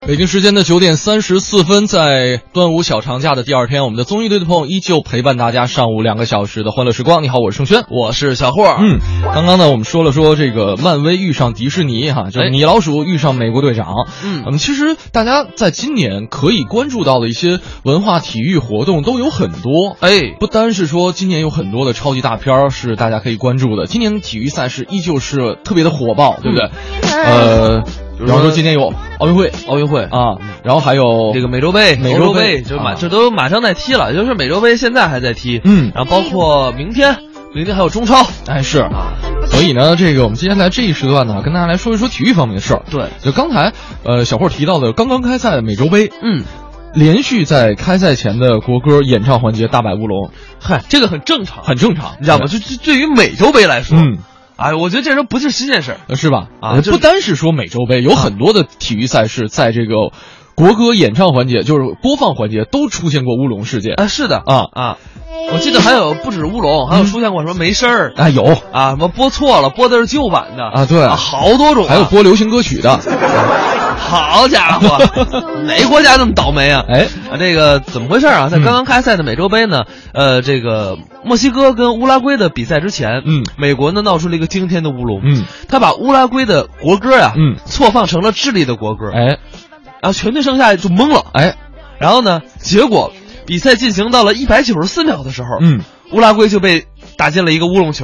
北京时间的9:34，在端午小长假的第二天，我们的综艺对对碰依旧陪伴大家上午2个小时的欢乐时光。你好，我是盛轩， 我是小霍。 刚刚呢，我们说了这个漫威遇上迪士尼哈，就是米老鼠遇上美国队长。其实大家在今年可以关注到的一些文化体育活动都有很多。不单是说今年有很多的超级大片是大家可以关注的，今年的体育赛事依旧是特别的火爆，对不对？比方说今年有奥运会啊，然后还有这个美洲杯，这都马上在踢了，就是美洲杯现在还在踢，然后包括明天还有中超， 是啊，所以呢，这个我们接下来这一时段呢，跟大家来说一说体育方面的事儿。 对， 就刚才小霍提到的刚刚开赛的美洲杯，连续在开赛前的国歌演唱环节大摆乌龙， 这个很正常， 你知道吗？就对于美洲杯来说，我觉得这时候不是新鲜事儿， 是吧？不单是说美洲杯，有很多的体育赛事在这个国歌演唱环节，就是播放环节，都出现过乌龙事件。 是的我记得还有不止乌龙，还有出现过什么没声儿有什么播错了，播的是旧版的对好多种， 还有播流行歌曲的。 好家伙，哪个国家这么倒霉啊？这个怎么回事啊？在刚刚开赛的美洲杯呢，这个墨西哥跟乌拉圭的比赛之前，美国呢闹出了一个惊天的乌龙，他把乌拉圭的国歌错放成了智利的国歌，然后全队上下就懵了，然后呢，结果比赛进行到了194秒的时候，乌拉圭就被打进了一个乌龙球。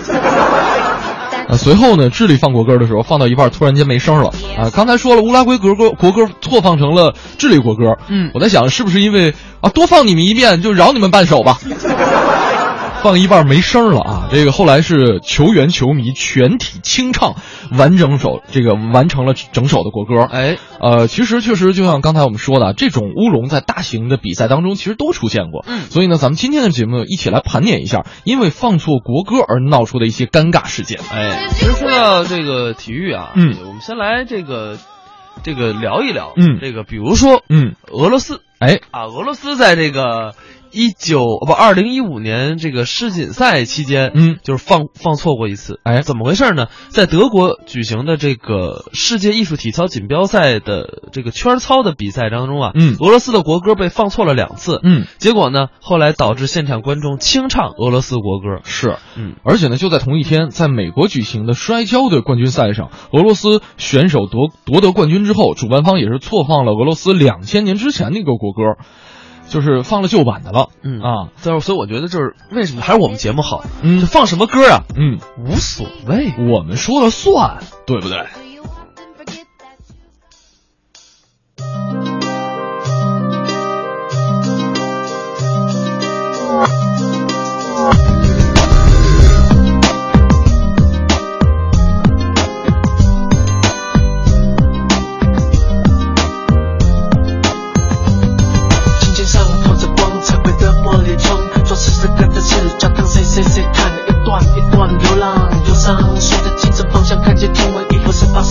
随后呢，智利放国歌的时候，放到一半突然间没声了刚才说了，乌拉圭国歌错放成了智利国歌，我在想是不是因为多放你们一遍就饶你们半首吧。放一半没声了这个后来是球员球迷全体清唱完成了整首的国歌。其实确实就像刚才我们说的，这种乌龙在大型的比赛当中其实都出现过。所以呢，咱们今天的节目一起来盘点一下因为放错国歌而闹出的一些尴尬事件。 其实说到这个体育我们先来这个聊一聊这个，比如说俄罗斯俄罗斯在这个2015年这个世锦赛期间，就是放错过一次。怎么回事呢？在德国举行的这个世界艺术体操锦标赛的这个圈操的比赛当中俄罗斯的国歌被放错了2次。结果呢，后来导致现场观众清唱俄罗斯国歌。 而且呢，就在同一天，在美国举行的摔跤的冠军赛上，俄罗斯选手夺得冠军之后，主办方也是错放了俄罗斯2000年之前那个国歌。就是放了旧版的了， 所以我觉得就是为什么还是我们节目好，放什么歌无所谓， 我们说了算，对不对？ 谁看一段一段流浪，忧伤，顺着精神方向看见天文，亦不是发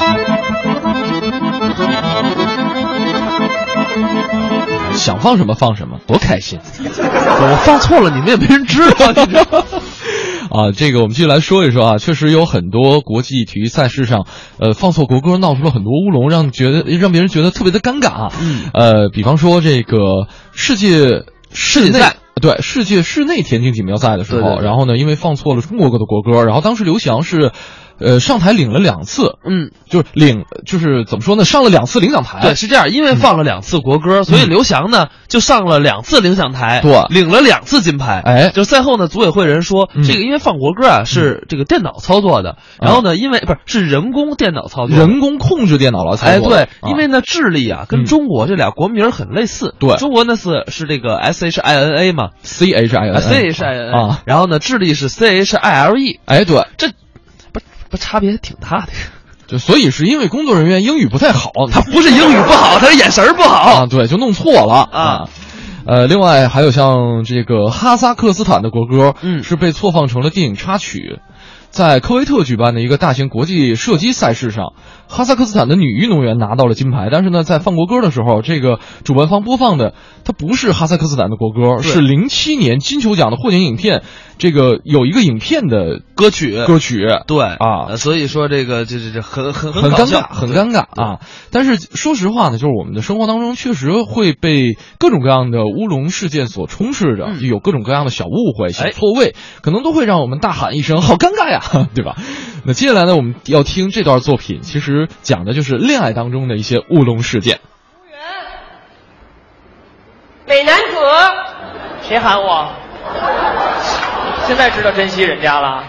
想放什么放什么，多开心！ 我放错了，你们也没人知道。 啊，这个我们继续来说一说啊，确实有很多国际体育赛事上，放错国歌闹出了很多乌龙，让别人觉得特别的尴尬啊。比方说这个世界赛。对，世界室内田径锦标赛的时候，然后呢，因为放错了中国的国歌，然后当时刘翔是，上台领了2次，就是怎么说呢，上了2次领奖台。 对，是这样，因为放了2次国歌，所以刘翔呢就上了2次领奖台， 对， 领了2次金牌。 哎， 就赛后呢，组委会人说，这个因为放国歌啊是这个电脑操作的，然后呢，因为是人工电脑操作， 人工控制电脑来操作。 哎，对，因为呢，智利啊跟中国这俩国名很类似， 对， 中国呢是这个 SHINA 嘛。 CHINA 啊，然后呢，智利是 CHILE， 哎，对， 这不差别挺大的， 就所以是因为工作人员英语不太好， 他不是英语不好，他是眼神不好啊，对，就弄错了啊。另外还有像这个哈萨克斯坦的国歌，是被错放成了电影插曲。在科威特举办的一个大型国际射击赛事上，哈萨克斯坦的女运动员拿到了金牌，但是呢，在放国歌的时候，这个主办方播放的它不是哈萨克斯坦的国歌，是07年金球奖的获奖影片，这个有一个影片的歌曲， 对啊， 所以说这个这很尴尬啊。但是说实话呢，就是我们的生活当中确实会被各种各样的乌龙事件所充斥着，有各种各样的小误会、小错位，可能都会让我们大喊一声好尴尬呀，对吧？那接下来呢，我们要听这段作品，其实讲的就是恋爱当中的一些乌龙事件。 美男子，谁喊我？现在知道珍惜人家了。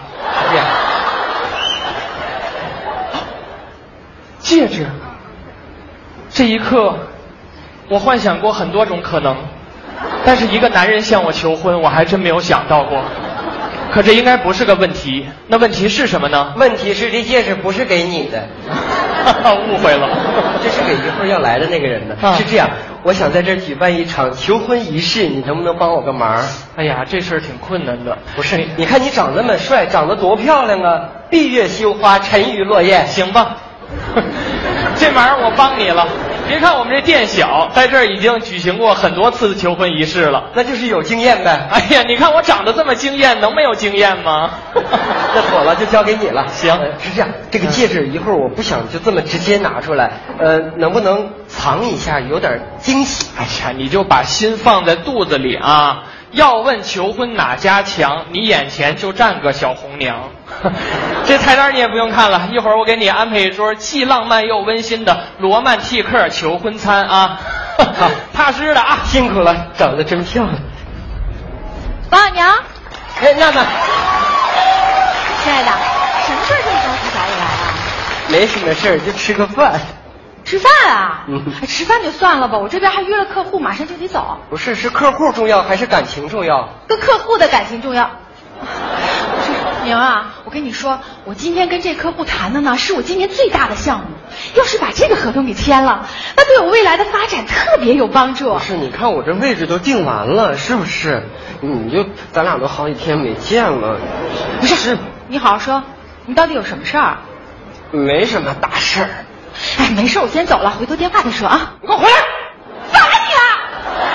戒指，这一刻，我幻想过很多种可能，但是一个男人向我求婚，我还真没有想到过。可这应该不是个问题，那问题是什么呢？ 问题是这戒指不是给你的， 误会了， 这是给一会儿要来的那个人的。是这样，我想在这儿举办一场求婚仪式，你能不能帮我个忙？ 哎呀，这事儿挺困难的。 不是，你看你长那么帅，长得多漂亮啊！闭月羞花，沉鱼落雁， 行吧？这忙我帮你了。别看我们这店小，在这儿已经举行过很多次的求婚仪式了， 那就是有经验呗。 哎呀，你看我长得这么惊艳，能没有经验吗？ 那妥了，就交给你了。 行， 是这样，这个戒指一会儿我不想就这么直接拿出来，能不能藏一下，有点惊喜？ 哎呀，你就把心放在肚子里啊。要问求婚哪家强，你眼前就站个小红娘。这菜单你也不用看了，一会儿我给你安排一桌既浪漫又温馨的罗曼蒂克求婚餐啊。踏实的啊， 辛苦了，长得真漂亮。 王小娘， 哎，娜娜， 亲爱的，什么事儿这么着急找我来啊？ 没什么事儿，就吃个饭。 吃饭啊？吃饭就算了吧，我这边还约了客户，马上就得走。 不是，是客户重要还是感情重要？ 跟客户的感情重要。宁啊，我跟你说，我今天跟这客户谈的呢，是我今年最大的项目。要是把这个合同给签了，那对我未来的发展特别有帮助。 不是，你看我这位置都定完了，是不是？咱俩都好几天没见了。 不是，你好好说，你到底有什么事儿？ 没什么大事儿。 哎，没事，我先走了，回头电话再说啊。 你给我回来！ 烦你了！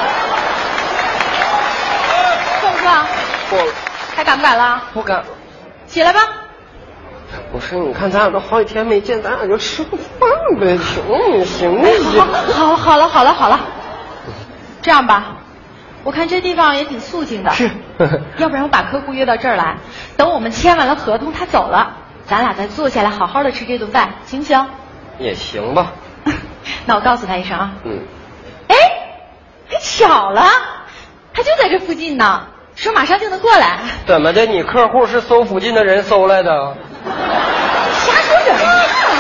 够不够？ 够了。 还敢不敢了？ 不敢。 起来吧。 不是，你看咱俩都好几天没见，咱俩就吃个饭呗，行。 好了，这样吧，我看这地方也挺肃静的， 是。 要不然我把客户约到这儿来，等我们签完了合同，他走了，咱俩再坐下来好好的吃这顿饭，行不行？ 也行吧。 那我告诉他一声啊。哎，还巧了，他就在这附近呢，说马上就能过来。 怎么的？你客户是搜附近的人搜来的？ 瞎说什么？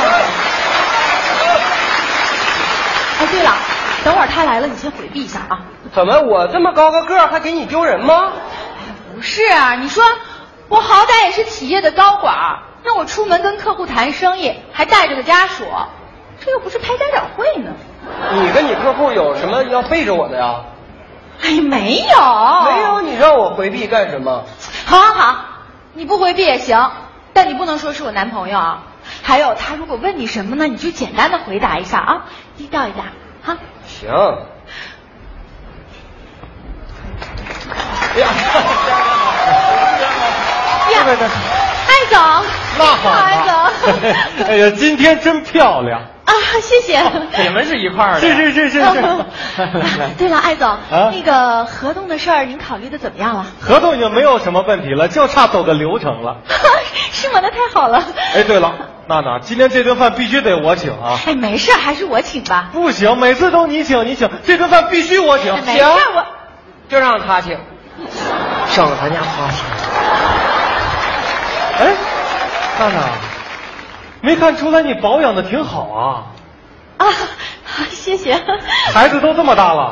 哎，对了，等会儿他来了，你先回避一下啊。 怎么我这么高个个还给你丢人吗？ 不是啊，你说我好歹也是企业的高管，让我出门跟客户谈生意，还带着个家属，这又不是开家长会呢。 你跟你客户有什么要背着我的呀？ 哎呀，没有， 你让我回避干什么？ 好，你不回避也行，但你不能说是我男朋友啊。 还有他如果问你什么呢，你就简单的回答一下啊，低调一点哈。 行。 呀，艾总， 那好， 艾总。 哎呀，今天真漂亮啊！谢谢。 你们是一块儿的。 是。 对了，艾总，那个合同的事儿您考虑的怎么样了？ 合同已经没有什么问题了，就差走个流程了。 是吗？那太好了。 哎，对了，娜娜，今天这顿饭必须得我请啊！ 哎，没事，还是我请吧。 不行，每次都你请，这顿饭必须我请。 没事，我就让他请，省咱家花钱。 哎，娜娜，没看出来你保养的挺好啊？ 啊，谢谢。 孩子都这么大了。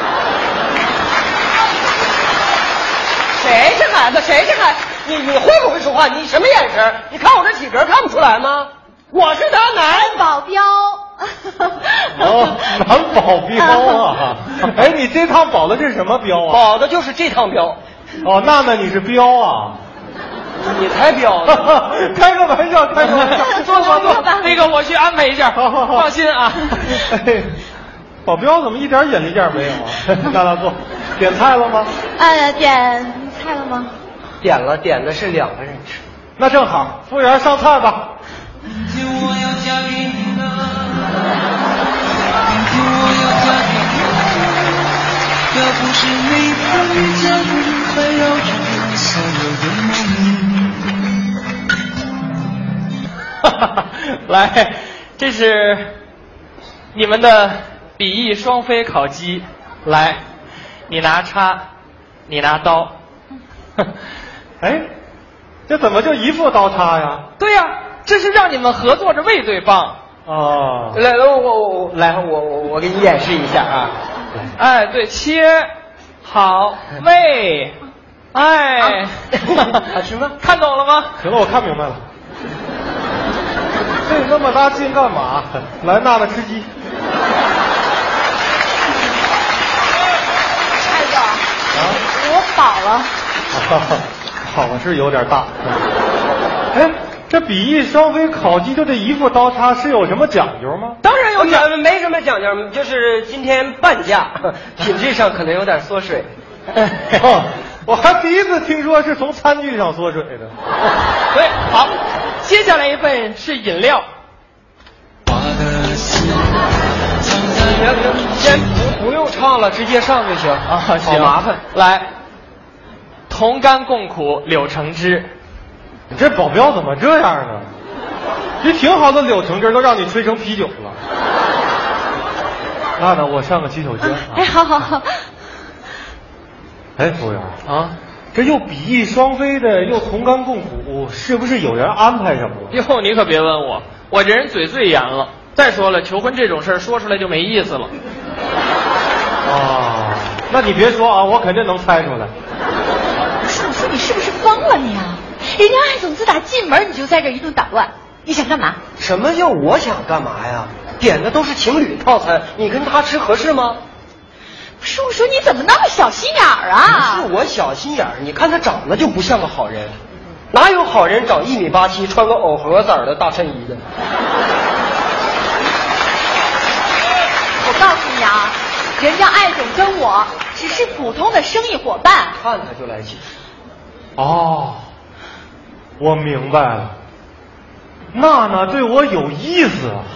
谁是孩子？谁是孩子？你会不会说话？你什么眼神？你看我这体格看不出来吗？我是他男保镖。 哦，男保镖啊！哎，你这趟保的是什么镖啊？ 保的就是这趟镖。 哦，娜娜你是镖啊？ 你才镖呢！ 开个玩笑，开个玩笑。 坐吧。那个我去安排一下，放心啊。 保镖怎么一点眼力见没有啊？娜娜坐，点菜了吗？ 点菜了吗？ 点了，点的是2个人吃。 那正好，服务员上菜吧。 明天我要嫁给你了，明天我要嫁给你了。要不是每当遇见你，环绕着我所有的梦。 来，这是你们的比翼双飞烤鸡。来，你拿叉，你拿刀。 哎，这怎么就一副刀叉呀？ 对呀，这是让你们合作着喂对方。 哦， 我给你演示一下啊。 哎，对，切好喂，哎， 行吗？ 看懂了吗？ 行了，我看明白了。费那么大劲干嘛？来，娜娜吃鸡。 艾总，我饱了。 好了，是有点大。哎，这比翼双飞烤鸡就这一副刀叉是有什么讲究吗？ 当然有讲究，没什么讲究，就是今天半价，品质上可能有点缩水。 我还第一次听说是从餐具上缩水的。 对，好，接下来一份是饮料。 先不用唱了，直接上就行啊， 好麻烦。 来，同甘共苦，柳橙汁。 你这保镖怎么这样呢？这挺好的柳橙汁都让你吹成啤酒了。娜娜，我上个洗手间。 哎，好。 哎，服务员啊，这又比翼双飞的，又同甘共苦，是不是有人安排什么了？ 哟，你可别问我，我这人嘴最严了。再说了，求婚这种事儿说出来就没意思了。 啊，那你别说啊，我肯定能猜出来。 我说你是不是疯了你啊？人家艾总自打进门你就在这一顿捣乱，你想干嘛？ 什么叫我想干嘛呀？点的都是情侣套餐，你跟他吃合适吗？ 叔叔，你怎么那么小心眼儿啊？ 不是我小心眼儿，你看他长得就不像个好人，哪有好人长1.87米，穿个藕荷色的大衬衣的？ 我告诉你啊，人家艾总跟我只是普通的生意伙伴。 看他就来气。 哦，我明白了，娜娜对我有意思啊。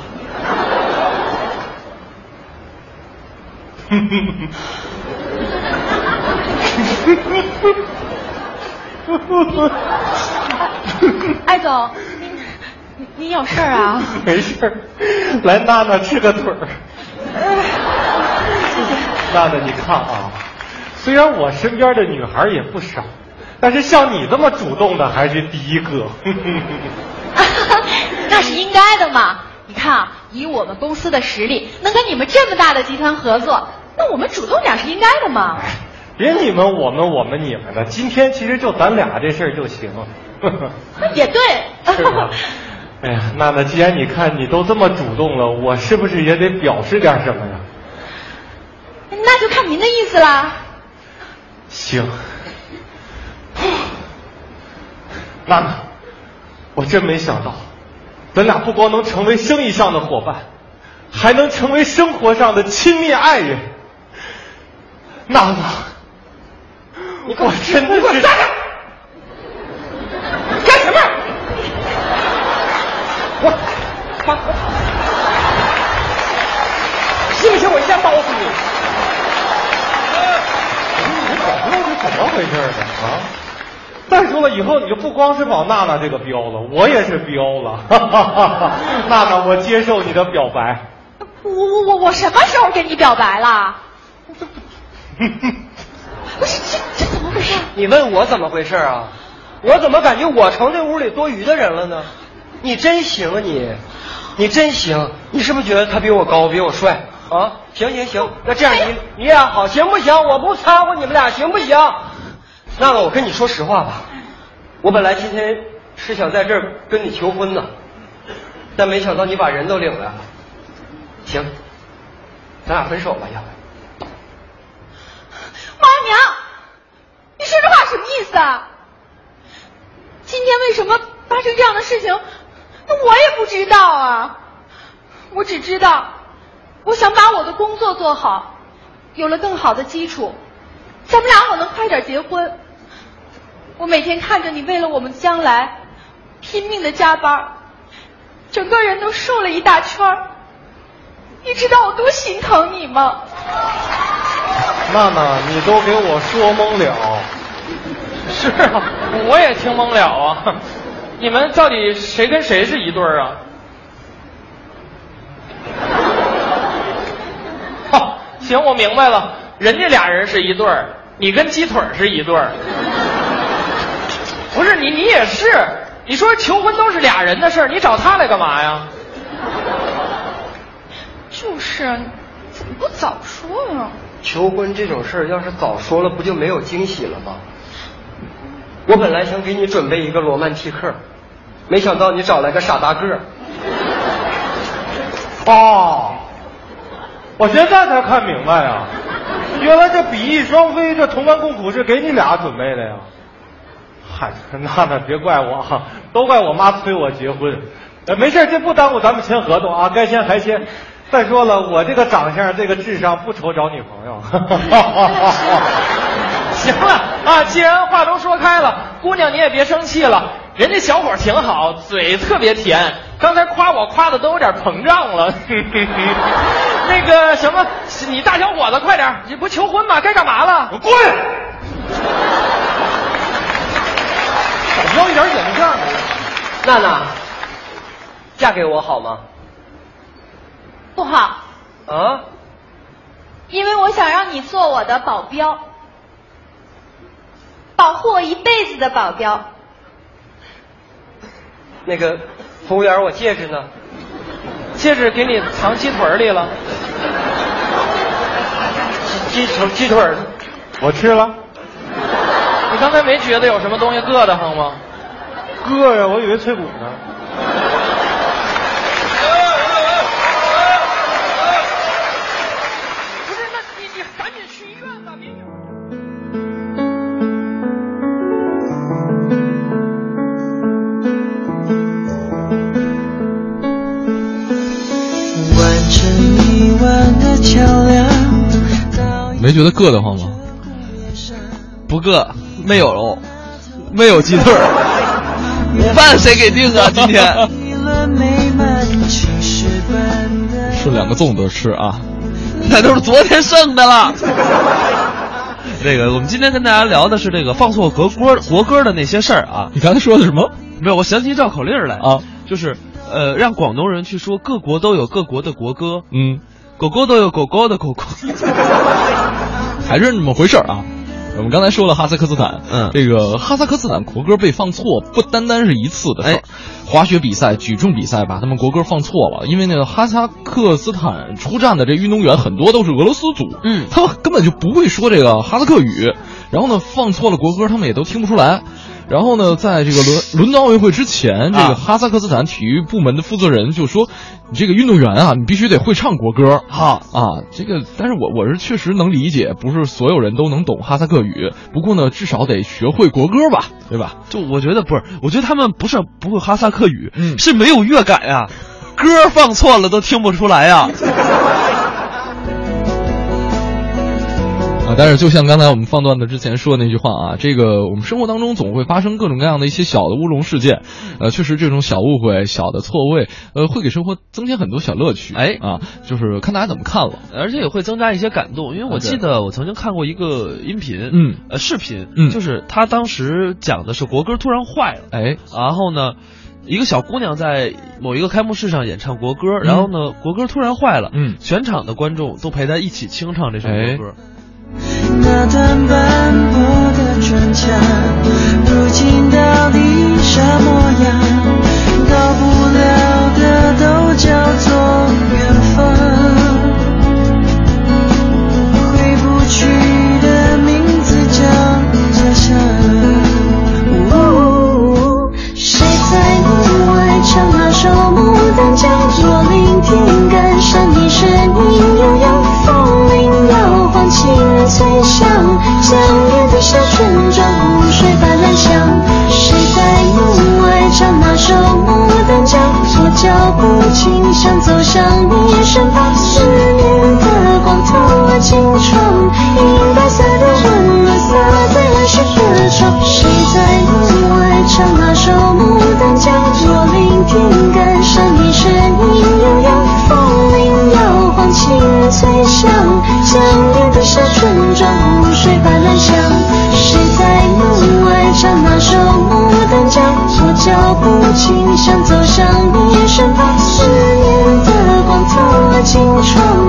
艾总，你有事儿啊？ 没事儿，来娜娜吃个腿儿。 谢谢。 娜娜，你看啊，虽然我身边的女孩也不少，但是像你这么主动的还是第一个。 那是应该的嘛。你看啊，以我们公司的实力，能跟你们这么大的集团合作，那我们主动点是应该的嘛。 别你们我们你们的，今天其实就咱俩这事儿就行。 也对。 是吧？哎呀，娜娜，既然你看你都这么主动了，我是不是也得表示点什么呀？ 那就看您的意思啦。 行。娜娜，我真没想到， 咱俩不光能成为生意上的伙伴，还能成为生活上的亲密爱人。娜娜，我真的是。 干什么？信不信我一下刀死你？ 你搞不懂是怎么回事呢？啊！再说了，以后你就不光是往娜娜这个标了，我也是标了。娜娜，我接受你的表白。 我什么时候跟你表白了？不是这怎么回事？ 你问我怎么回事啊？我怎么感觉我成这屋里多余的人了呢？你真行啊你真行！你是不是觉得他比我高，比我帅啊？行，那这样你俩好，行不行？我不掺和你们俩，行不行？娜娜，我跟你说实话吧，我本来今天是想在这儿跟你求婚呢，但没想到你把人都领来了。行，咱俩分手吧，要不？ 王二娘，你说这话什么意思啊？今天为什么发生这样的事情，那我也不知道啊。我只知道，我想把我的工作做好，有了更好的基础，咱们俩好能快点结婚。我每天看着你为了我们将来拼命的加班，整个人都瘦了一大圈，你知道我多心疼你吗？ 娜娜，你都给我说懵了。 是啊，我也听懵了啊！你们到底谁跟谁是一对儿啊？哦，行，我明白了，人家俩人是一对儿，你跟鸡腿是一对儿。不是你也是，你说求婚都是俩人的事儿，你找他来干嘛呀？ 就是，怎么不早说呀？ 求婚这种事儿，要是早说了，不就没有惊喜了吗？我本来想给你准备一个罗曼蒂克，没想到你找来个傻大个。 哦，我现在才看明白啊，原来这比翼双飞，这同甘共苦是给你俩准备的呀。嗨，娜娜别怪我啊，都怪我妈催我结婚。没事，这不耽误咱们签合同啊，该签还签。再说了，我这个长相，这个智商，不愁找女朋友。 行了啊，既然话都说开了，姑娘你也别生气了，人家小伙挺好，嘴特别甜，刚才夸我夸的都有点膨胀了。那个什么，你大小伙子快点，你不求婚吗？该干嘛了？ 滚！找不着一点眼镜。 娜娜，嫁给我好吗？ 不好啊， 因为我想让你做我的保镖，保护我一辈子的保镖。 那个服务员，我戒指呢？ 戒指给你藏鸡腿里了。 鸡腿呢？ 我吃了。 你刚才没觉得有什么东西硌得慌吗？ 硌呀，我以为脆骨呢。 没觉得硌得慌吗？ 不硌，没有鸡腿儿，午饭谁给定啊？今天是2个粽子吃啊， 那都是昨天剩的了。这个我们今天跟大家聊的是这个放错国歌的那些事儿啊。 你刚才说的什么？ 没有，我想起一绕口令来啊， 就是让广东人去说各国都有各国的国歌，狗狗都有狗狗的狗狗。 还是那么回事啊。我们刚才说了哈萨克斯坦，这个哈萨克斯坦国歌被放错，不单单是一次的事儿。滑雪比赛、举重比赛把他们国歌放错了，因为那个哈萨克斯坦出战的这运动员很多都是俄罗斯族，他们根本就不会说这个哈萨克语，然后呢放错了国歌，他们也都听不出来。 然后呢，在这个伦敦奥运会之前，这个哈萨克斯坦体育部门的负责人就说，你这个运动员啊，你必须得会唱国歌。 好啊，这个，但是我是确实能理解，不是所有人都能懂哈萨克语。不过呢，至少得学会国歌吧，对吧？ 就我觉得不是，我觉得他们不是不会哈萨克语，是没有乐感啊，歌放错了都听不出来呀。 但是就像刚才我们放段子之前说的那句话啊，这个我们生活当中总会发生各种各样的一些小的乌龙事件，确实这种小误会、小的错位，会给生活增添很多小乐趣。就是看大家怎么看了， 而且也会增加一些感动。因为我记得我曾经看过一个音频，视频，就是他当时讲的是国歌突然坏了，然后呢，一个小姑娘在某一个开幕式上演唱国歌，然后呢，国歌突然坏了，全场的观众都陪她一起清唱这首国歌。 那段斑驳的砖墙，如今到底啥模样？到不了的都叫做缘分，回不去的名字叫家乡。谁在门外唱那首牡丹江？若聆听感伤一声音悠悠，风铃摇晃清脆响，江边的小村庄湖水般蓝香。谁在门外唱那首牡丹江？我脚步轻响走向你身旁，思念的光透了青窗，银白色的温暖洒在来时的窗。谁在门外唱那首牡丹江？若聆听感伤一声音悠悠，风铃摇晃清脆响，江边的小村庄湖水般蓝香。谁在门外唱那首牡丹江？我脚步轻响走向你身旁，思念的光透了青窗，